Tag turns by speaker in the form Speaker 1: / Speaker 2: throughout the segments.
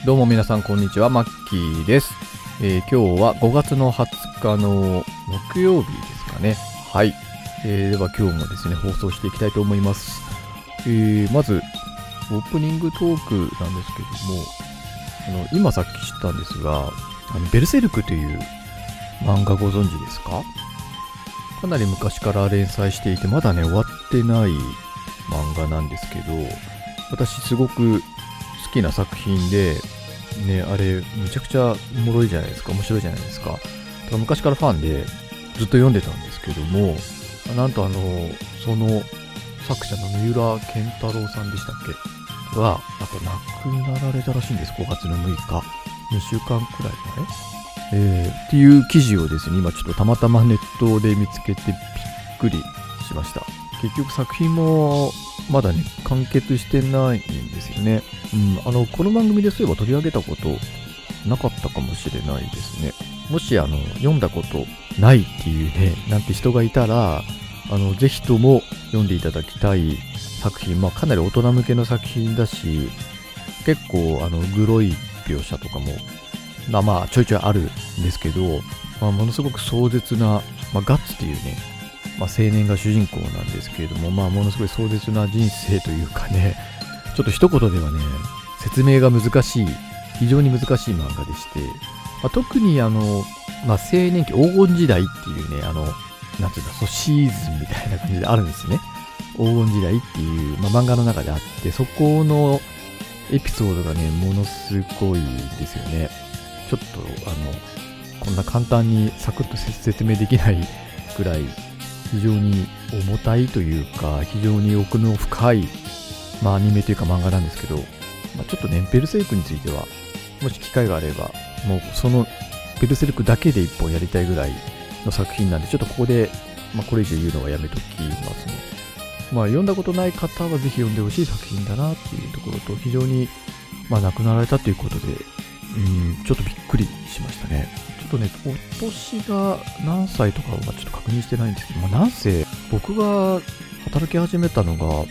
Speaker 1: どうも皆さんこんにちは、マッキーです。今日は5月の20日の木曜日ですかね。はい。では今日もですね、放送していきたいと思います。まず、オープニングトークなんですけども、今さっき知ったんですが、ベルセルクという漫画ご存知ですか？かなり昔から連載していて、まだね、終わってない漫画なんですけど、私すごく好きな作品で、ね、あれめちゃくちゃおもろいじゃないですか、面白いじゃないですか。だから昔からファンでずっと読んでたんですけども、なんとその作者の三浦健太郎さんでしたっけが、なんか亡くなられたらしいんです。5月の6日、2週間くらい前、っていう記事をですね、今ちょっとたまたまネットで見つけてびっくりしました。結局作品もまだね完結してないんですよね。この番組でそういえば取り上げたことなかったかもしれないですね。もし読んだことないっていうねなんて人がいたらぜひとも読んでいただきたい作品。かなり大人向けの作品だし、結構グロい描写とかもちょいちょいあるんですけど、ものすごく壮絶な、ガッツっていうね、青年が主人公なんですけれども、ものすごい壮絶な人生というかね、ちょっと一言ではね説明が難しい、非常に難しい漫画でして、特に青年期黄金時代っていうね、なんていうんだ、シーズンみたいな感じであるんですね。黄金時代っていう、漫画の中であって、そこのエピソードがねものすごいですよね。ちょっとこんな簡単にサクッと説明できないぐらい非常に重たいというか、非常に奥の深いアニメというか漫画なんですけど、ちょっとねベルセルクについてはもし機会があれば、もうそのベルセルクだけで一本やりたいぐらいの作品なんで、ちょっとここで、これ以上言うのはやめときますね。読んだことない方はぜひ読んでほしい作品だなっていうところと、非常に亡くなられたということで、ちょっとびっくりしましたね。ちょっとね、お年が何歳とかはちょっと確認してないんですけど、なんせ僕が働き始めたのが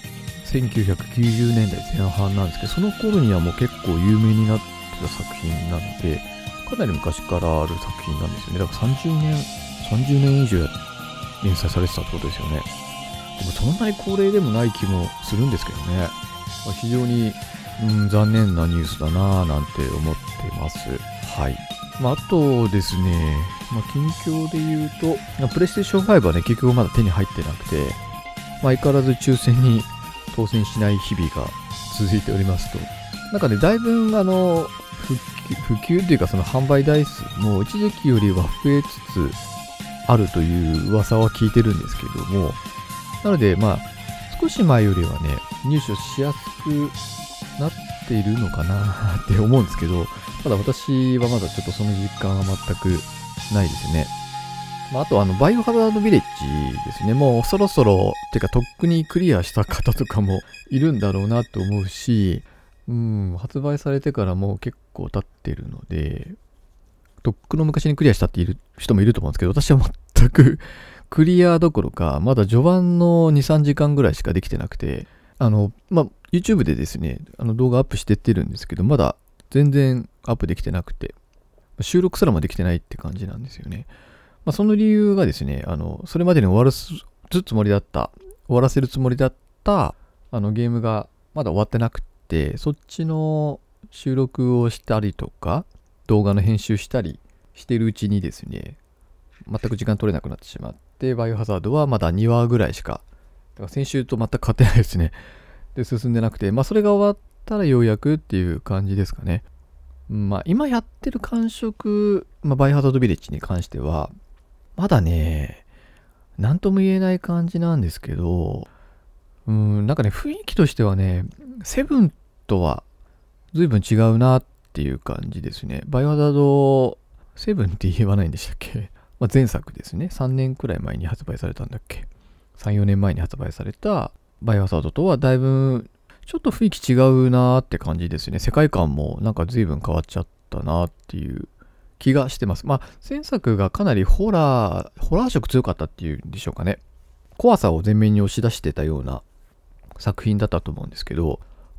Speaker 1: 1990年代前半なんですけど、その頃にはもう結構有名になってた作品なので、かなり昔からある作品なんですよね。だから30年以上連載されてたってことですよね。でもそんなに高齢でもない気もするんですけどね。非常に、残念なニュースだなぁなんて思ってます。はい。あとですね、近況で言うと、プレイステーション5はね、結局まだ手に入ってなくて、相変わらず抽選に当選しない日々が続いておりますと。だいぶ普及というか、その販売台数も一時期よりは増えつつあるという噂は聞いてるんですけども、なので少し前よりはね入手しやすくなっているのかなって思うんですけど、ただ私はまだちょっとその実感は全くないですね。あとバイオハザードビレッジですね。もうそろそろてかとっくにクリアした方とかもいるんだろうなと思うし、発売されてからもう結構経ってるので、とっくの昔にクリアしたっている人もいると思うんですけど、私は全くクリアどころかまだ序盤の 2,3 時間ぐらいしかできてなくて、YouTube でですね動画アップしてってるんですけど、まだ全然アップできてなくて、収録すらもできてないって感じなんですよね。その理由がですね、それまでに終わらせるつもりだったゲームがまだ終わってなくて、そっちの収録をしたりとか動画の編集したりしてるうちにですね、全く時間取れなくなってしまって、バイオハザードはまだ2話ぐらいしか、だから先週と全く変わってないですね。で進んでなくて、それが終わったらようやくっていう感じですかね。今やってる感触、バイオハザードビレッジに関してはまだね何とも言えない感じなんですけど、雰囲気としてはねセブンとは随分違うなっていう感じですね。バイオハザードセブンって言わないんでしたっけ？前作ですね。3年くらい前に発売されたんだっけ？ 3,4 年前に発売されたバイオハザードとはだいぶちょっと雰囲気違うなーって感じですね。世界観も随分変わっちゃったなっていう気がしてます。前作がかなりホラー色強かったっていうんでしょうかね。怖さを前面に押し出してたような作品だったと思うんですけど、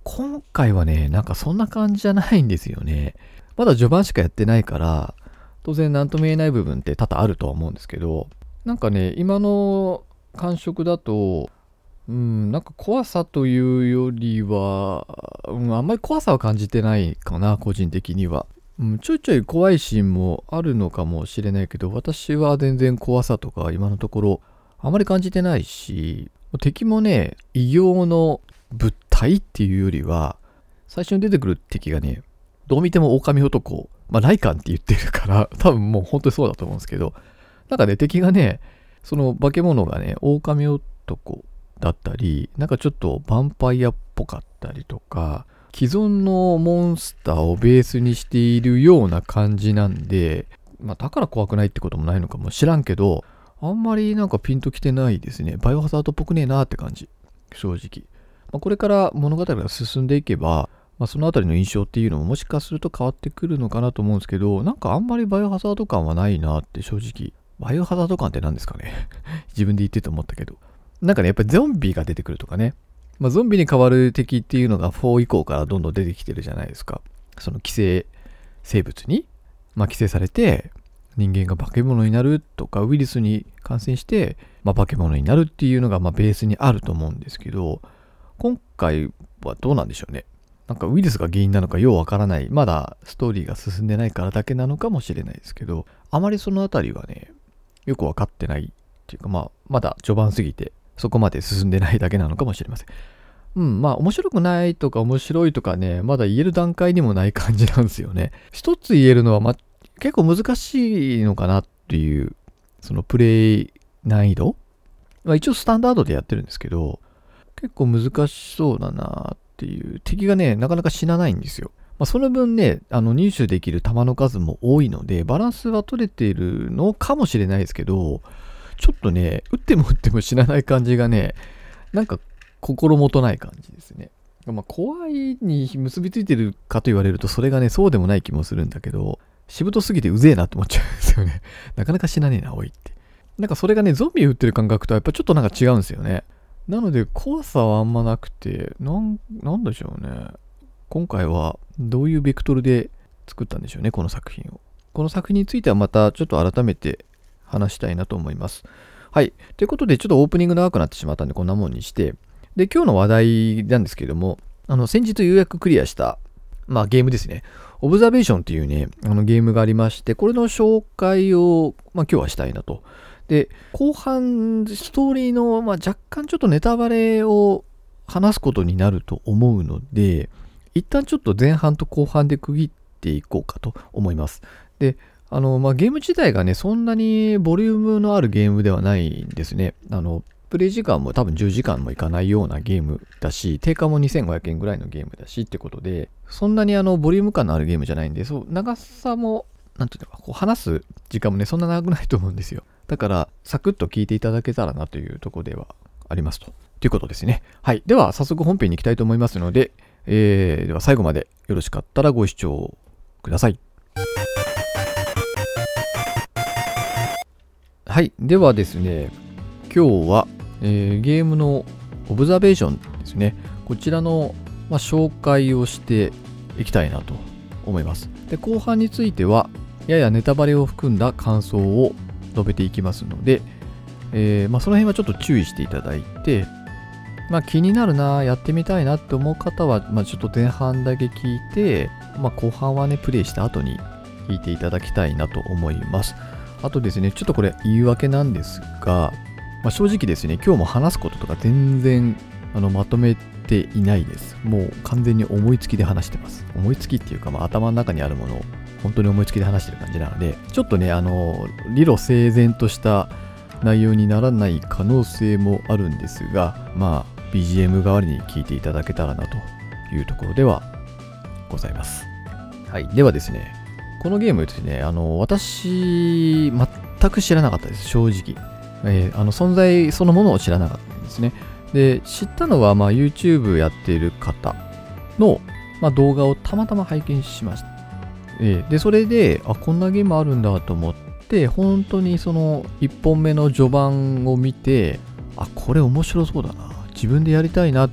Speaker 1: 今回はね、なんかそんな感じじゃないんですよね。まだ序盤しかやってないから、当然何とも言えない部分って多々あるとは思うんですけど、なんかね、今の感触だと、なんか怖さというよりは、あんまり怖さは感じてないかな、個人的には。ちょいちょい怖いシーンもあるのかもしれないけど、私は全然怖さとか今のところあまり感じてないし、敵もね、異形の物体っていうよりは、最初に出てくる敵がね、どう見ても狼男、ライカンって言ってるから、多分もう本当にそうだと思うんですけど、なんかね、敵がね、その化け物がね、狼男だったり、なんかちょっとヴァンパイアっぽかったりとか、既存のモンスターをベースにしているような感じなんで、だから怖くないってこともないのかもしらんけど、あんまりなんかピンときてないですね。バイオハザードっぽくねえなって感じ。正直。これから物語が進んでいけば、そのあたりの印象っていうのももしかすると変わってくるのかなと思うんですけど、なんかあんまりバイオハザード感はないなって正直。バイオハザード感って何ですかね自分で言ってて思ったけど。なんかね、やっぱりゾンビが出てくるとかね。ゾンビに変わる敵っていうのが4以降からどんどん出てきてるじゃないですか。その寄生生物に、寄生されて人間が化け物になるとか、ウイルスに感染して、化け物になるっていうのがベースにあると思うんですけど、今回はどうなんでしょうね。なんかウイルスが原因なのかようわからない。まだストーリーが進んでないからだけなのかもしれないですけど、あまりそのあたりはね、よくわかってないっていうか、まだ序盤すぎて、そこまで進んでないだけなのかもしれません。面白くないとか面白いとかね、まだ言える段階にもない感じなんですよね。一つ言えるのは、結構難しいのかなっていう、そのプレイ難易度、一応スタンダードでやってるんですけど、結構難しそうだなっていう、敵がね、なかなか死なないんですよ。その分ね、入手できる弾の数も多いので、バランスは取れているのかもしれないですけど、ちょっとね、撃っても撃っても死なない感じがね、なんか心もとない感じですね。怖いに結びついてるかと言われると、それがね、そうでもない気もするんだけど、しぶとすぎてうぜえなって思っちゃうんですよね。なかなか死なねえな、おいって。なんかそれがね、ゾンビ撃ってる感覚とはやっぱちょっとなんか違うんですよね。なので、怖さはあんまなくて、なんでしょうね。今回はどういうベクトルで作ったんでしょうね、この作品を。この作品についてはまたちょっと改めて話したいなと思います。はい。ということで、ちょっとオープニング長くなってしまったんで、こんなもんにして、で、今日の話題なんですけれども、先日ようやくクリアした、ゲームですね。オブザベーションっていうね、ゲームがありまして、これの紹介を、今日はしたいなと。で、後半、ストーリーの、若干ちょっとネタバレを話すことになると思うので、一旦ちょっと前半と後半で区切っていこうかと思います。で、ゲーム自体がね、そんなにボリュームのあるゲームではないんですね。プレイ時間も多分10時間もいかないようなゲームだし、定価も2500円ぐらいのゲームだしってことで、そんなにボリューム感のあるゲームじゃないんで、長さも、なんていうのか、話す時間もね、そんな長くないと思うんですよ。だから、サクッと聞いていただけたらなというところではありますと。ということですね。はい。では、早速本編に行きたいと思いますので、では最後までよろしかったらご視聴ください。はい。ではですね、今日は、ゲームのオブザベーションですね。こちらの、紹介をしていきたいなと思います。で、後半については、ややネタバレを含んだ感想を述べていきますので、その辺はちょっと注意していただいて、気になるな、やってみたいなって思う方は、ちょっと前半だけ聞いて、後半はね、プレイした後に聞いていただきたいなと思います。あとですね、ちょっとこれ言い訳なんですが、正直ですね、今日も話すこととか全然まとめていないです。もう完全に思いつきで話してます。思いつきっていうか、頭の中にあるものを本当に思いつきで話してる感じなので、ちょっとね、理路整然とした内容にならない可能性もあるんですが、BGM 代わりに聞いていただけたらなというところではございます。はい。ではですね、このゲームですね、私、全く知らなかったです、正直。存在そのものを知らなかったんですね。で、知ったのは、YouTube やっている方の、動画をたまたま拝見しました。で、それで、こんなゲームあるんだと思って、本当にその1本目の序盤を見て、これ面白そうだな。自分でやりたいなっ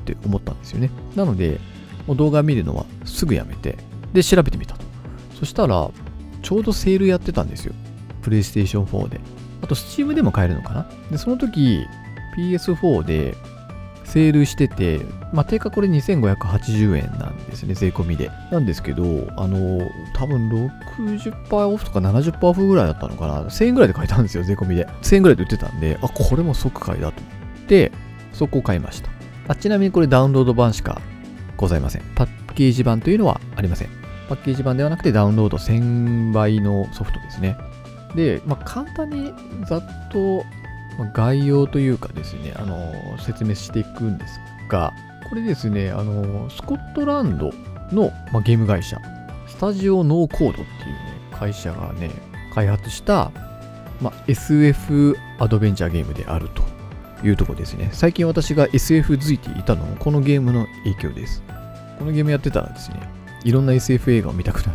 Speaker 1: って思ったんですよね。なので、もう動画見るのはすぐやめて、で、調べてみたと。そしたら、ちょうどセールやってたんですよ。PlayStation 4で。あと、Steam でも買えるのかな。で、その時、PS4 でセールしてて、定価これ2580円なんですね、税込みで。なんですけど、多分60%オフとか70%オフぐらいだったのかな。1000円ぐらいで買えたんですよ、税込みで。1000円ぐらいで売ってたんで、これも即買いだと思って、そこを買いました。ちなみにこれダウンロード版しかございません。パッケージ版というのはありません。パッケージ版ではなくてダウンロード1000倍のソフトですね。で、簡単にざっと概要というかですね、説明していくんですが、これですね、スコットランドの、ゲーム会社、スタジオノーコードっていうね、会社がね、開発した、SF アドベンチャーゲームであるというところですね。最近私が SF づいていたのもこのゲームの影響です。このゲームやってたらですね、いろんな SF 映画を見たくなって、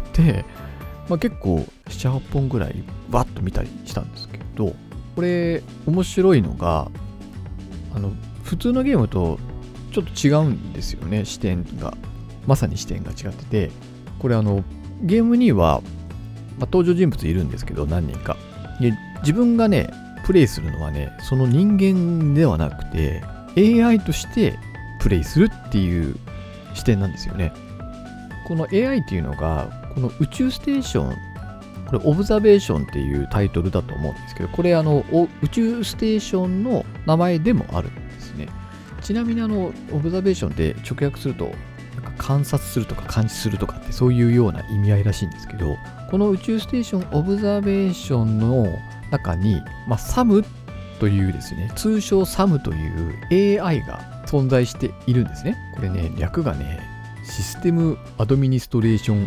Speaker 1: 結構7、8本ぐらいバッと見たりしたんですけど、これ面白いのが、普通のゲームとちょっと違うんですよね、視点が。まさに視点が違ってて、これゲームには、登場人物いるんですけど、何人か。で、自分がね、プレイするのはね、その人間ではなくて、AI としてプレイするっていう視点なんですよね。この AI っていうのが、この宇宙ステーション、これオブザベーションっていうタイトルだと思うんですけど、これ宇宙ステーションの名前でもあるんですね。ちなみにオブザベーションって直訳すると、観察するとか監視するとかってそういうような意味合いらしいんですけど、この宇宙ステーションオブザベーションの中に、サムというですね、通称サムという AI が存在しているんですね。これね、略がね、システムアドミニストレーション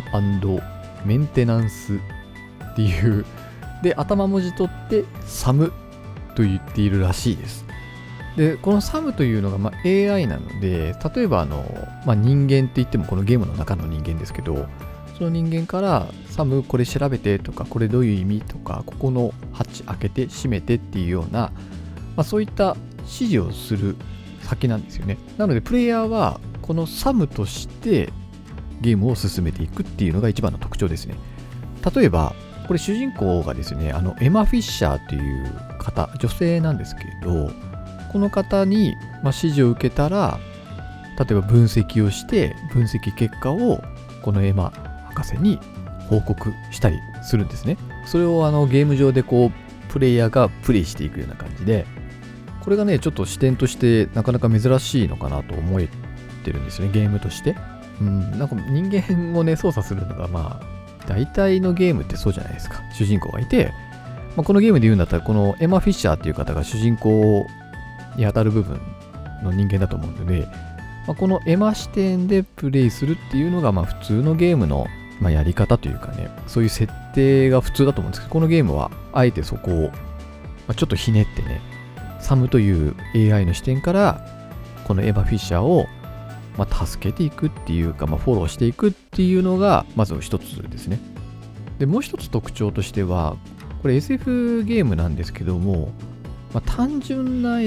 Speaker 1: &メンテナンスっていう、で、頭文字取ってサムと言っているらしいです。で、このサムというのがAI なので、例えば人間って言ってもこのゲームの中の人間ですけど、その人間からサムこれ調べてとか、これどういう意味とか、ここのハッチ開けて閉めてっていうような、そういった指示をする先なんですよね。なのでプレイヤーはこのサムとしてゲームを進めていくっていうのが一番の特徴ですね。例えば、これ主人公がですね、エマ・フィッシャーという方、女性なんですけれど、この方に指示を受けたら、例えば分析をして、分析結果をこのエマ博士に報告したりするんですね。それをゲーム上でプレイヤーがプレイしていくような感じで、これがね、ちょっと視点としてなかなか珍しいのかなと思えてるんですよね、ゲームとして。なんか人間をね、操作するのが大体のゲームってそうじゃないですか。主人公がいて、このゲームで言うんだったら、このエマ・フィッシャーっていう方が主人公に当たる部分の人間だと思うので、このエマ視点でプレイするっていうのが普通のゲームのやり方というかね、そういう設定が普通だと思うんですけど、このゲームはあえてそこをちょっとひねってね、サムという AI の視点からこのエマ・フィッシャーを助けていくっていうか、フォローしていくっていうのがまず一つですね。で、もう一つ特徴としては、これ SF ゲームなんですけども、単純な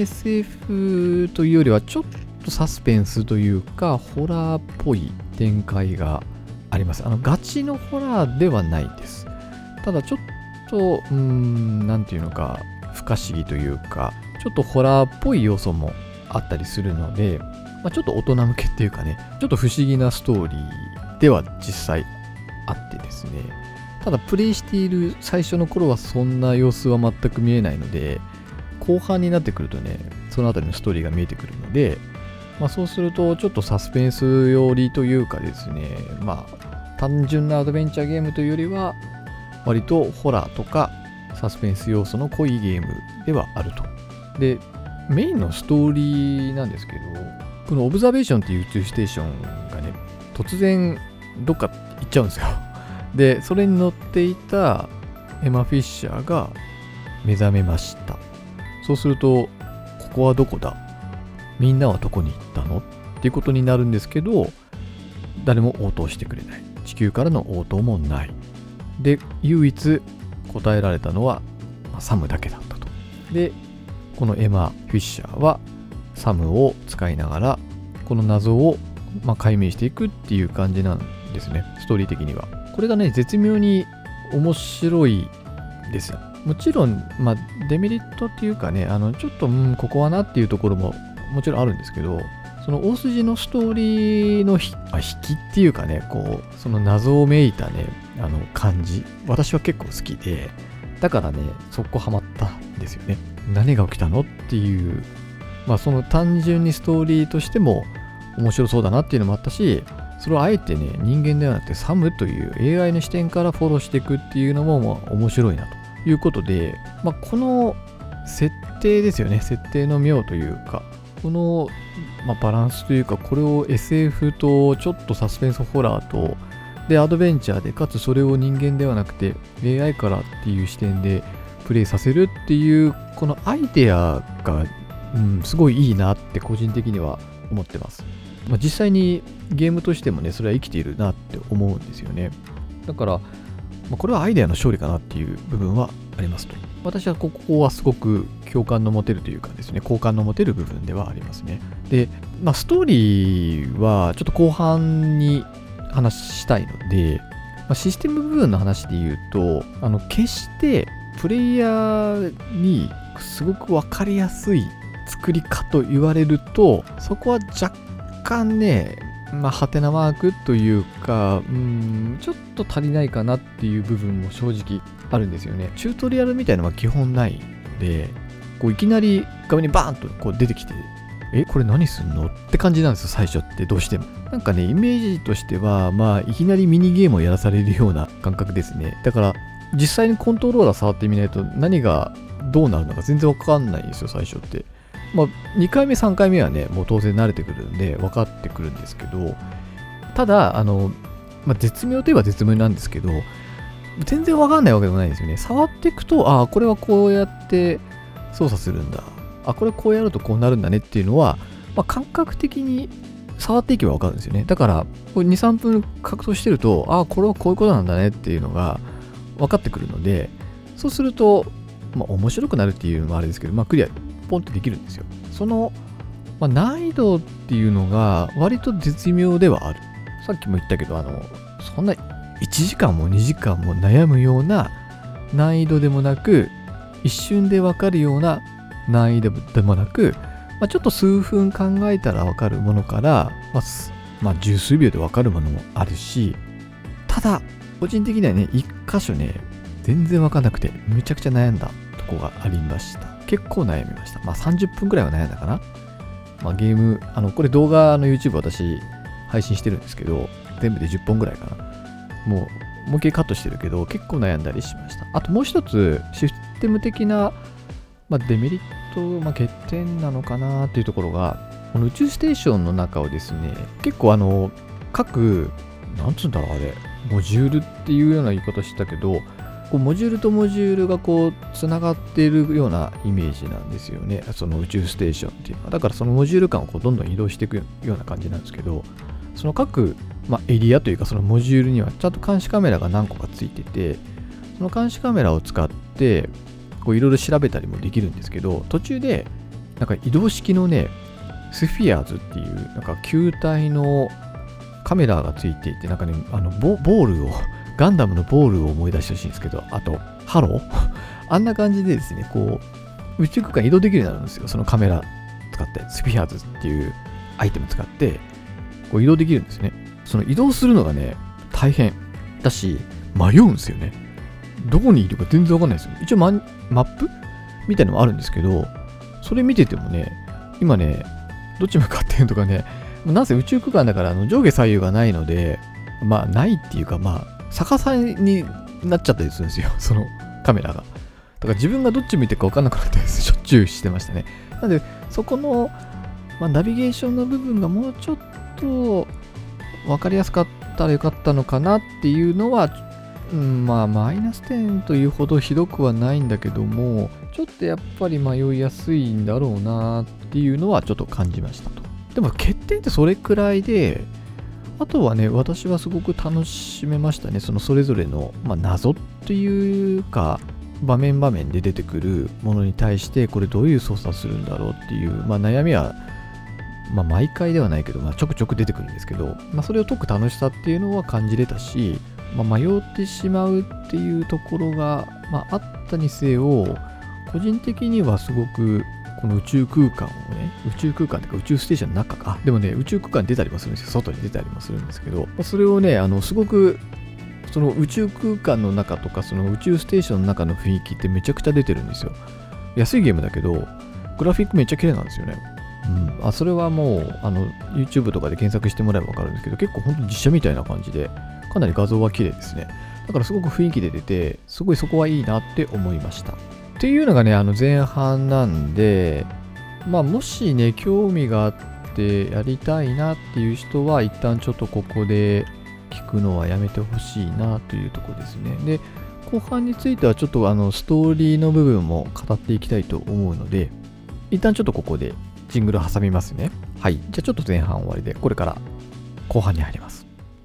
Speaker 1: SF というよりはちょっとサスペンスというかホラーっぽい展開があります。ガチのホラーではないです。ただちょっとなんていうのか不可思議というか、ちょっとホラーっぽい要素もあったりするので、ちょっと大人向けっていうかね、ちょっと不思議なストーリーでは実際あってですね、ただプレイしている最初の頃はそんな様子は全く見えないので、後半になってくるとね、そのあたりのストーリーが見えてくるので、そうするとちょっとサスペンス寄りというかですね、単純なアドベンチャーゲームというよりは割とホラーとかサスペンス要素の濃いゲームではあると。で、メインのストーリーなんですけど、このオブザベーションっていう宇宙ステーションがね、突然どっか行っちゃうんですよ。で、それに乗っていたエマ・フィッシャーが目覚めました。そうすると、ここはどこだ？みんなはどこに行ったの？っていうことになるんですけど、誰も応答してくれない。地球からの応答もない。で、唯一答えられたのは、サムだけだったと。で、このエマ・フィッシャーはサムを使いながら、 この謎を、解明していくっていう感じなんですね、ストーリー的には。これがね、絶妙に面白いですよ。もちろん、デメリットっていうかね、ちょっと、ここはなっていうところももちろんあるんですけど、その大筋のストーリーの引きっていうかね、その謎めいたね、感じ、私は結構好きで、だからね、そこハマったんですよね。何が起きたのっていう、その単純にストーリーとしても面白そうだなっていうのもあったし、それをあえてね、人間ではなくてサムという AI の視点からフォローしていくっていうのも面白いなということで、この設定ですよね、設定の妙というか、この、バランスというか、これを SF とちょっとサスペンスホラーとでアドベンチャーで、かつそれを人間ではなくて AI からっていう視点でプレイさせるっていうこのアイデアが、すごいいいなって個人的には思ってます。実際にゲームとしてもね、それは生きているなって思うんですよね。だから、これはアイデアの勝利かなっていう部分はありますと。私はここはすごく共感の持てるというかですね、好感の持てる部分ではありますね。で、ストーリーはちょっと後半に話したいので、システム部分の話で言うと、決してプレイヤーにすごく分かりやすい作りかと言われると、そこは若干ね、ハテナマークというか、ちょっと足りないかなっていう部分も正直あるんですよね。チュートリアルみたいなのは基本ないので、いきなり画面にバーンと出てきて、これ何すんのって感じなんですよ、最初ってどうしても。なんかね、イメージとしては、いきなりミニゲームをやらされるような感覚ですね。だから、実際にコントローラー触ってみないと何がどうなるのか全然わかんないんですよ、最初って。2回目、3回目はね、もう当然慣れてくるんで分かってくるんですけど、ただ、絶妙といえば絶妙なんですけど、全然分かんないわけでもないんですよね。触っていくと、これはこうやって操作するんだ。これこうやるとこうなるんだねっていうのは、感覚的に触っていけば分かるんですよね。だから、2、3分格闘してると、これはこういうことなんだねっていうのが分かってくるので、そうすると、面白くなるっていうのもあれですけど、クリアポンってできるんですよ。その、難易度っていうのが割と絶妙ではある。さっきも言ったけど、そんな1時間も2時間も悩むような難易度でもなく、一瞬でわかるような難易度でもなく、ちょっと数分考えたらわかるものから、十数秒でわかるものもあるし、ただ、個人的にはね、一箇所ね、全然わかんなくて、めちゃくちゃ悩んだとこがありました。結構悩みました。30分くらいは悩んだかな。ゲーム、これ動画の YouTube 私配信してるんですけど、全部で10本くらいかな。もう一回カットしてるけど、結構悩んだりしました。あともう一つ、システム的な、デメリット、欠点なのかなっていうところが、この宇宙ステーションの中をですね、結構各、なんつうんだろうあれ、モジュールっていうような言い方してたけど、モジュールとモジュールがつながっているようなイメージなんですよね。その宇宙ステーションっていうのは。だからそのモジュール間をどんどん移動していくような感じなんですけど、その各、エリアというかそのモジュールにはちゃんと監視カメラが何個かついてて、その監視カメラを使っていろいろ調べたりもできるんですけど、途中でなんか移動式のね、スフィアーズっていうなんか球体のカメラがついていて、なんかね、ボールをガンダムのボールを思い出してほしいんですけど、あと、ハローあんな感じでですね、宇宙空間移動できるようになるんですよ。そのカメラ使って、スフィアーズっていうアイテム使って、移動できるんですね。その移動するのがね、大変だし、迷うんですよね。どこにいるか全然わかんないですよ。一応マップみたいなのもあるんですけど、それ見ててもね、今ね、どっち向かってるとかね、なんせ宇宙空間だから上下左右がないので、ないっていうか、逆さになっちゃったりするんですよ、そのカメラが。だから自分がどっち見てるか分かんなくなったりしょっちゅうしてましたね。なので、そこの、ナビゲーションの部分がもうちょっと分かりやすかったらよかったのかなっていうのは、マイナス点というほどひどくはないんだけども、ちょっとやっぱり迷いやすいんだろうなっていうのはちょっと感じましたと。でも欠点ってそれくらいで、あとはね、私はすごく楽しめましたね。それぞれの、謎っていうか、場面場面で出てくるものに対して、これどういう操作するんだろうっていう、悩みは毎回ではないけど、ちょくちょく出てくるんですけど、それを解く楽しさっていうのは感じれたし、迷ってしまうっていうところが、あったにせよ、個人的にはすごくこの宇宙空間をね、宇宙空間っていうか宇宙ステーションの中か、でもね、宇宙空間に出たりもするんですよ。外に出たりもするんですけど、それをね、すごくその宇宙空間の中とか、その宇宙ステーションの中の雰囲気ってめちゃくちゃ出てるんですよ。安いゲームだけど、グラフィックめっちゃ綺麗なんですよね。それはもうYouTube とかで検索してもらえば分かるんですけど、結構本当に実写みたいな感じで、かなり画像は綺麗ですね。だからすごく雰囲気で出て、すごいそこはいいなって思いました。っていうのがね、前半なんで、もしね、興味があってやりたいなっていう人は、一旦ちょっとここで聞くのはやめてほしいなというところですね。で、後半についてはちょっとストーリーの部分も語っていきたいと思うので、一旦ちょっとここでジングル挟みますね。はい。じゃあちょっと前半終わりで、これから後半に入ります。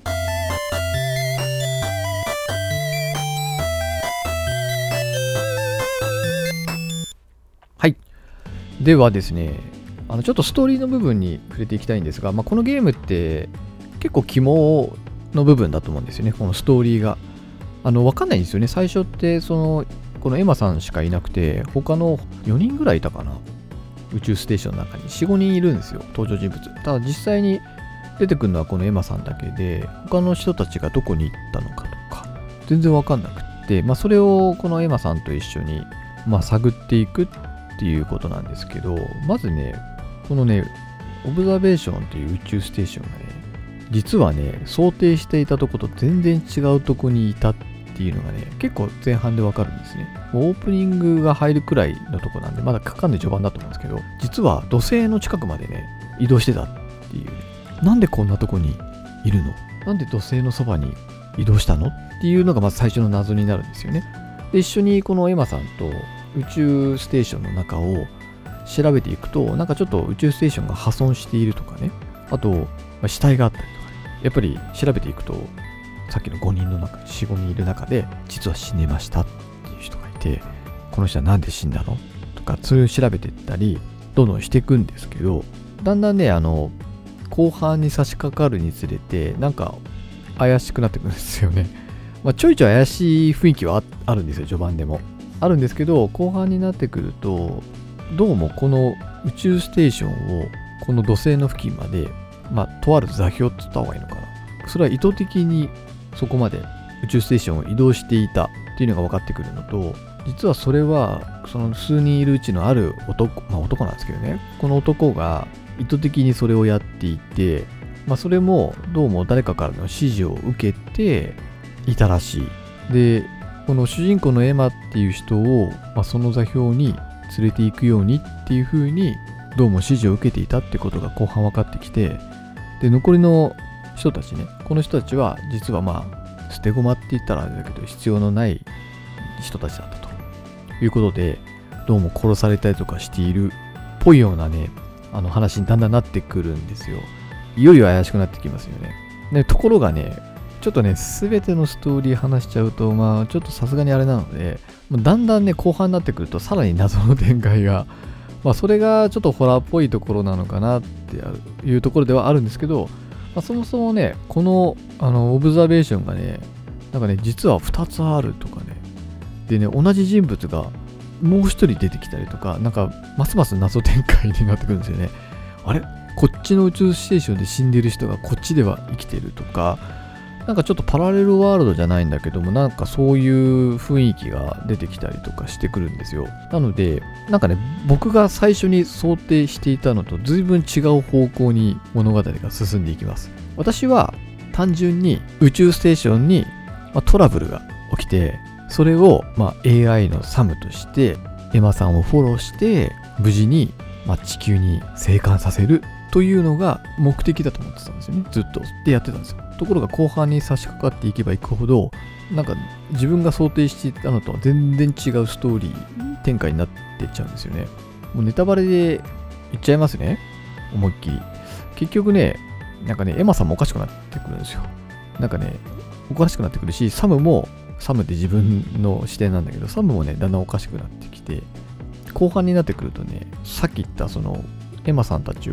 Speaker 1: はい。ではですね、ちょっとストーリーの部分に触れていきたいんですが、このゲームって結構肝の部分だと思うんですよね、このストーリーが。わかんないんですよね。最初ってこのエマさんしかいなくて、他の4人ぐらいいたかな。宇宙ステーションの中に 4,5 人いるんですよ、登場人物。ただ実際に出てくるのはこのエマさんだけで、他の人たちがどこに行ったのかとか全然わかんなくって、それをこのエマさんと一緒に探っていくっていうことなんですけど、まずね、このね、オブザベーションっていう宇宙ステーションがね、実はね、想定していたとこと全然違うとこにいたっていうのがね、結構前半でわかるんですね。オープニングが入るくらいのとこなんで、まだかかんない序盤だと思うんですけど、実は土星の近くまでね、移動してたっていう、ね。なんでこんなとこにいるの？なんで土星のそばに移動したのっていうのがまず最初の謎になるんですよね。で、一緒にこのエマさんと宇宙ステーションの中を調べていくと、なんかちょっと宇宙ステーションが破損しているとかね、あと、死体があったりとかね、やっぱり調べていくと、さっきの5人の中、4、5人いる中で、実は死んでましたっていう人がいて、この人はなんで死んだのとか、そういう調べていったり、どんどんしていくんですけど、だんだんね、後半に差し掛かるにつれて、なんか怪しくなってくるんですよね。ちょいちょい怪しい雰囲気はあるんですよ、序盤でも。あるんですけど、後半になってくると、どうもこの宇宙ステーションを、この土星の付近まで、とある座標って言った方がいいのかな。それは意図的にそこまで宇宙ステーションを移動していたっていうのが分かってくるのと、実はそれはその数人いるうちのある男なんですけどね、この男が意図的にそれをやっていて、それもどうも誰かからの指示を受けていたらしい。で、この主人公のエマっていう人を、その座標に連れて行くようにっていう風にどうも指示を受けていたってことが後半分かってきて、で、残りの人たちね、この人たちは実は捨て駒って言ったらあれだけど必要のない人たちだったということで、どうも殺されたりとかしているっぽいようなね、話にだんだんなってくるんですよ。いよいよ怪しくなってきますよね。で、ところがね、ちょっとね、すべてのストーリー話しちゃうと、ちょっとさすがにあれなので、だんだんね、後半になってくるとさらに謎の展開が、それがちょっとホラーっぽいところなのかなっていうところではあるんですけど、そもそもね、この、オブザベーションがね、なんかね、実は2つあるとかね。でね、同じ人物がもう一人出てきたりとか、なんか、ますます謎展開になってくるんですよね。あれ？こっちの宇宙ステーションで死んでる人がこっちでは生きてるとか、なんかちょっとパラレルワールドじゃないんだけども、なんかそういう雰囲気が出てきたりとかしてくるんですよ。なので、なんかね、僕が最初に想定していたのと随分違う方向に物語が進んでいきます。私は単純に宇宙ステーションに、トラブルが起きて、それを、AI のサムとしてエマさんをフォローして無事に、地球に生還させるというのが目的だと思ってたんですよね。ずっとでやってたんですよ。ところが後半に差し掛かっていけばいくほど、なんか自分が想定していたのとは全然違うストーリー展開になっていっちゃうんですよね。もうネタバレで言っちゃいますね、思いっきり。結局ね、なんかね、エマさんもおかしくなってくるんですよ。なんかね、おかしくなってくるし、サムもサムって自分の視点なんだけど、サムもね、だんだんおかしくなってきて、後半になってくるとね、さっき言ったそのエマさんたちを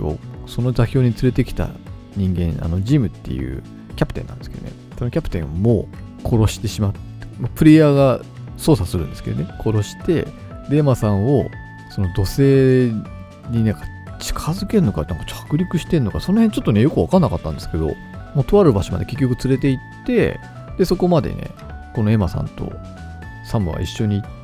Speaker 1: その座標に連れてきた人間、ジムっていうキャプテンなんですけどね、そのキャプテンをもう殺してしまって、プレイヤーが操作するんですけどね、殺して、で、エマさんをその土星になんか近づけるのか、なんか着陸してんのか、その辺ちょっとね、よくわかんなかったんですけど、もうとある場所まで結局連れて行って、で、そこまでね、このエマさんとサムは一緒に行って、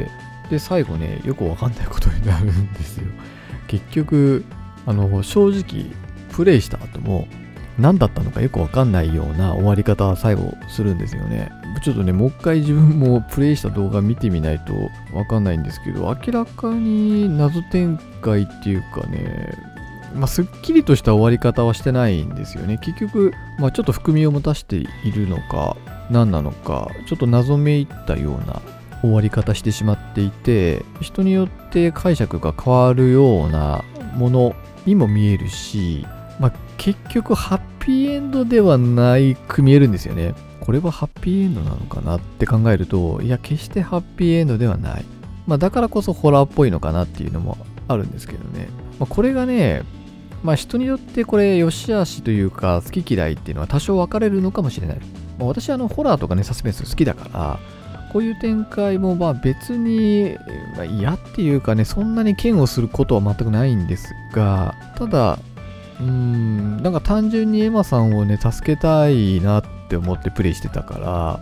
Speaker 1: で、最後ね、よくわかんないことになるんですよ。結局、正直、プレイした後も、何だったのかよくわかんないような終わり方は最後するんですよね。ちょっとね、もう一回自分もプレイした動画見てみないとわかんないんですけど、明らかに謎展開っていうかね、すっきりとした終わり方はしてないんですよね。結局、ちょっと含みを持たせているのか、何なのか、ちょっと謎めいったような終わり方してしまっていて、人によって解釈が変わるようなものにも見えるし、結局ハッピーエンドではないく見えるんですよね。これはハッピーエンドなのかなって考えると、いや、決してハッピーエンドではない。だからこそホラーっぽいのかなっていうのもあるんですけどね。これがね、人によってこれ良し悪しというか好き嫌いっていうのは多少分かれるのかもしれない。私はホラーとかね、サスペンス好きだから、こういう展開も別に嫌っていうかね、そんなに嫌悪することは全くないんですが、ただ、なんか単純にエマさんをね、助けたいなって思ってプレイしてたから、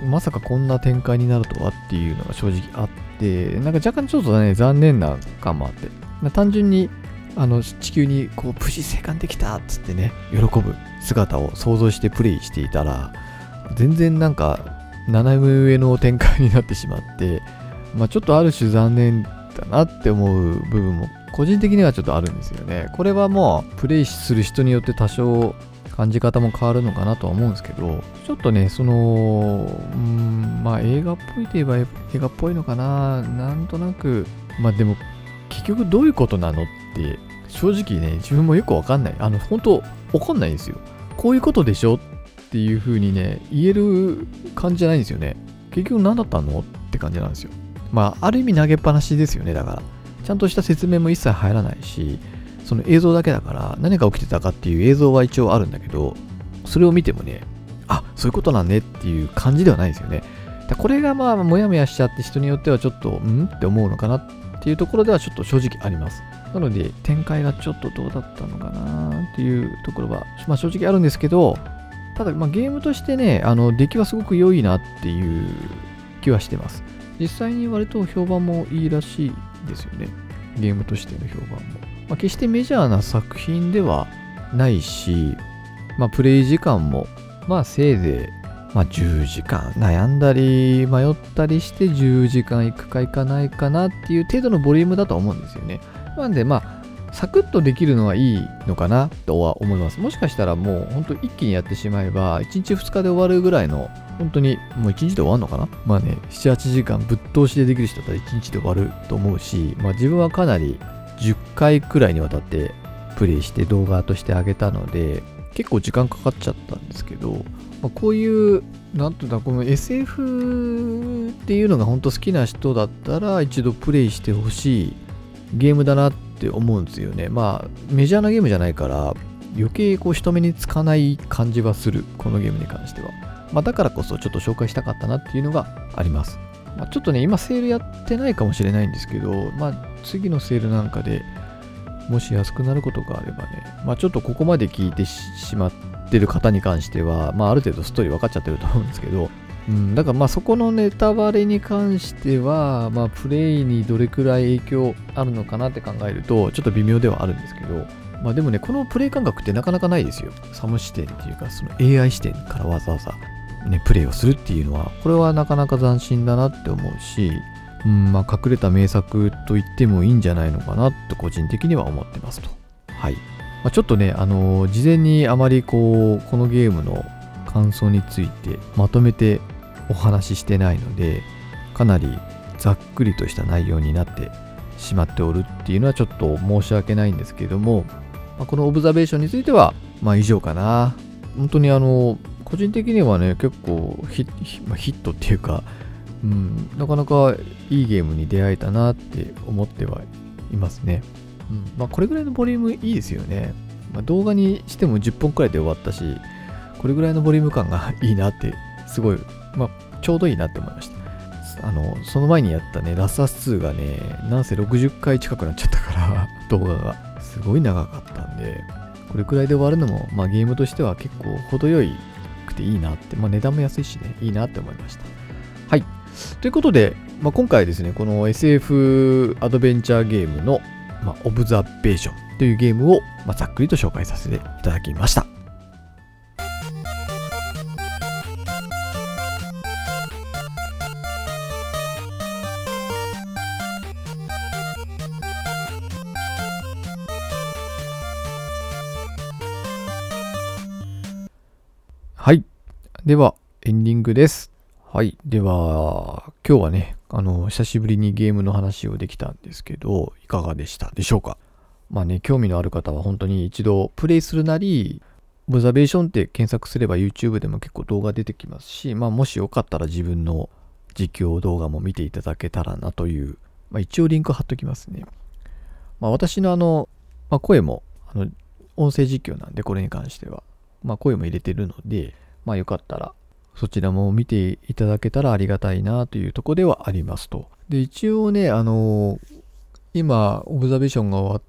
Speaker 1: まさかこんな展開になるとはっていうのが正直あって、なんか若干ちょっとね、残念な感もあって、単純に地球にこう無事生還できたっつってね、喜ぶ姿を想像してプレイしていたら、全然なんか斜め上の展開になってしまって、ちょっとある種残念だなって思う部分も個人的にはちょっとあるんですよね。これはもうプレイする人によって多少感じ方も変わるのかなとは思うんですけど、ちょっとね、映画っぽいといえば映画っぽいのかな、なんとなく、でも結局どういうことなのって正直ね、自分もよくわかんない。本当わかんないんですよ。こういうことでしょっていう風にね、言える感じじゃないんですよね。結局何だったのって感じなんですよ。ある意味投げっぱなしですよね。だからちゃんとした説明も一切入らないし、その映像だけだから何が起きてたかっていう映像は一応あるんだけど、それを見てもね、あ、そういうことなんねっていう感じではないですよね。これがもやもやしちゃって人によってはちょっとって思うのかなっていうところではちょっと正直あります。なので展開がちょっとどうだったのかなっていうところは、正直あるんですけど、ただゲームとしてね、出来はすごく良いなっていう気はしてます。実際に割と評判もいいらしいですよね。ゲームとしての評判も。決してメジャーな作品ではないし、プレイ時間も、せいぜい、10時間悩んだり迷ったりして10時間いくかいかないかなっていう程度のボリュームだと思うんですよね。なんでサクッとできるのはいいのかなとは思います。もしかしたらもう本当一気にやってしまえば1日2日で終わるぐらいの、本当にもう1日で終わるのかな、7、8時間ぶっ通しでできる人だったら1日で終わると思うし、自分はかなり10回くらいにわたってプレイして動画として上げたので結構時間かかっちゃったんですけど、こういうなんていうんだ、この SF っていうのが本当好きな人だったら一度プレイしてほしいゲームだなって思うんですよね。メジャーなゲームじゃないから余計人目につかない感じはする、このゲームに関しては。だからこそちょっと紹介したかったなっていうのがあります。ちょっとね、今セールやってないかもしれないんですけど、次のセールなんかでもし安くなることがあればね、ちょっとここまで聞いてしまってる方に関しては、ある程度ストーリー分かっちゃってると思うんですけど、だからそこのネタバレに関しては、プレイにどれくらい影響あるのかなって考えると、ちょっと微妙ではあるんですけど、でもね、このプレイ感覚ってなかなかないですよ。サム視点っていうか、その AI 視点からわざわざね、プレイをするっていうのは、これはなかなか斬新だなって思うし、隠れた名作と言ってもいいんじゃないのかなと個人的には思ってますと。はい。ちょっとね、事前にあまりこのゲームの感想についてまとめてお話ししてないので、かなりざっくりとした内容になってしまっておるっていうのはちょっと申し訳ないんですけども、このオブザベーションについては以上かな。本当に個人的にはね、結構ヒットっていうか、なかなかいいゲームに出会えたなって思ってはいますね。これぐらいのボリュームいいですよね。 動画にしても10本くらいで終わったし、これぐらいのボリューム感がいいなって、すごい、ちょうどいいなって思いました。その前にやったね、ラスアス2がね、なんせ60回近くなっちゃったから動画がすごい長かったんで、これくらいで終わるのも、ゲームとしては結構程よいくていいなって、値段も安いしね、いいなって思いました。はい。ということで、今回ですね、この SF アドベンチャーゲームの、オブザベーションというゲームを、ざっくりと紹介させていただきました。はい。では、エンディングです。はい。では、今日はね、久しぶりにゲームの話をできたんですけど、いかがでしたでしょうか。興味のある方は本当に一度プレイするなり、オブザベーションって検索すれば YouTube でも結構動画出てきますし、もしよかったら自分の実況動画も見ていただけたらなという、一応リンク貼っときますね。私の声も、音声実況なんで、これに関しては。声も入れてるので、よかったらそちらも見ていただけたらありがたいなというところではありますと。で、一応ね、今、オブザベーションが終わって、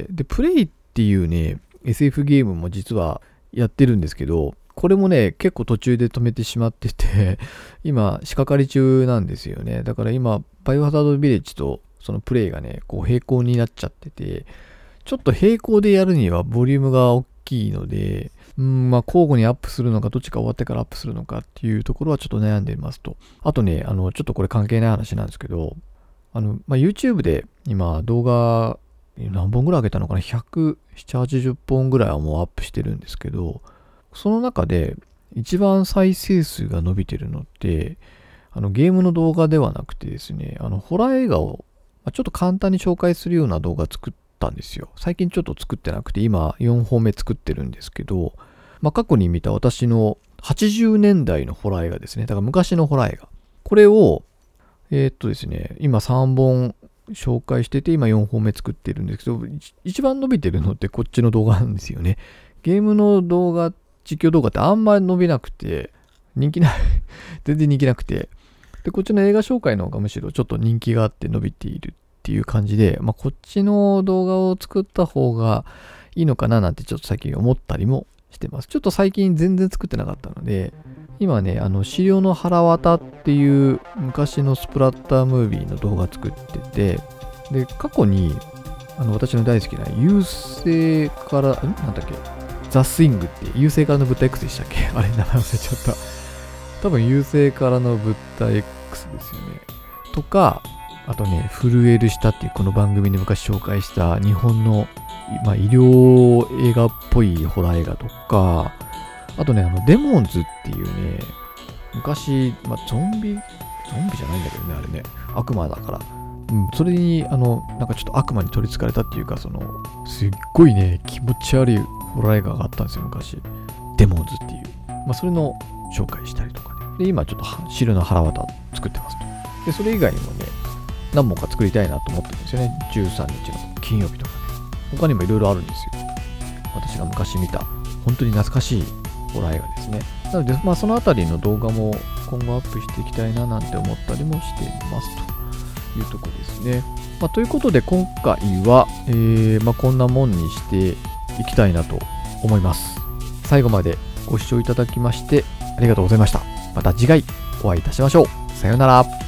Speaker 1: で、プレイっていうね、SF ゲームも実はやってるんですけど、これもね、結構途中で止めてしまってて、今、仕掛かり中なんですよね。だから今、バイオハザードビレッジとそのプレイがね、並行になっちゃってて、ちょっと並行でやるにはボリュームが大きいので、交互にアップするのか、どっちか終わってからアップするのかっていうところはちょっと悩んでいますと。あとね、ちょっとこれ関係ない話なんですけど、YouTube で今動画何本ぐらい上げたのかな、170、80本ぐらいはもうアップしてるんですけど、その中で一番再生数が伸びてるのって、ゲームの動画ではなくてですね、ホラー映画をちょっと簡単に紹介するような動画作ったんですよ。最近ちょっと作ってなくて、今4本目作ってるんですけど、過去に見た私の80年代のホラー映画ですね。だから昔のホラー映画。これを、ですね、今3本紹介してて、今4本目作ってるんですけど、一番伸びてるのってこっちの動画なんですよね。ゲームの動画、実況動画ってあんまり伸びなくて、人気ない、全然人気なくて、で、こっちの映画紹介の方がむしろちょっと人気があって伸びているっていう感じで、こっちの動画を作った方がいいのかななんてちょっと最近思ったりもしてます。ちょっと最近全然作ってなかったので、今ね、資料の腹渡っていう昔のスプラッタームービーの動画作ってて、で、過去に、私の大好きな優勢から、なんだっけ、ザ・スイングって優勢からの物体 X でしたっけあれ、名前忘れちゃった。多分優勢からの物体 X ですよね。とか、あとね、震える舌っていうこの番組で昔紹介した日本の医療映画っぽいホラー映画とか、あとね、デモンズっていうね、昔、ゾンビじゃないんだけどね、あれね、悪魔だから。それに、なんかちょっと悪魔に取り憑かれたっていうか、すっごいね、気持ち悪いホラー映画があったんですよ、昔。デモンズっていう。それの紹介したりとかね。で、今ちょっと汁の腹渡作ってますと。で、それ以外にもね、何本か作りたいなと思ってるんですよね。13日の金曜日とかね。他にもいろいろあるんですよ。私が昔見た、本当に懐かしいホラー映画ですね。なので、そのあたりの動画も今後アップしていきたいななんて思ったりもしていますというところですね。ということで今回は、こんなもんにしていきたいなと思います。最後までご視聴いただきましてありがとうございました。また次回お会いいたしましょう。さようなら。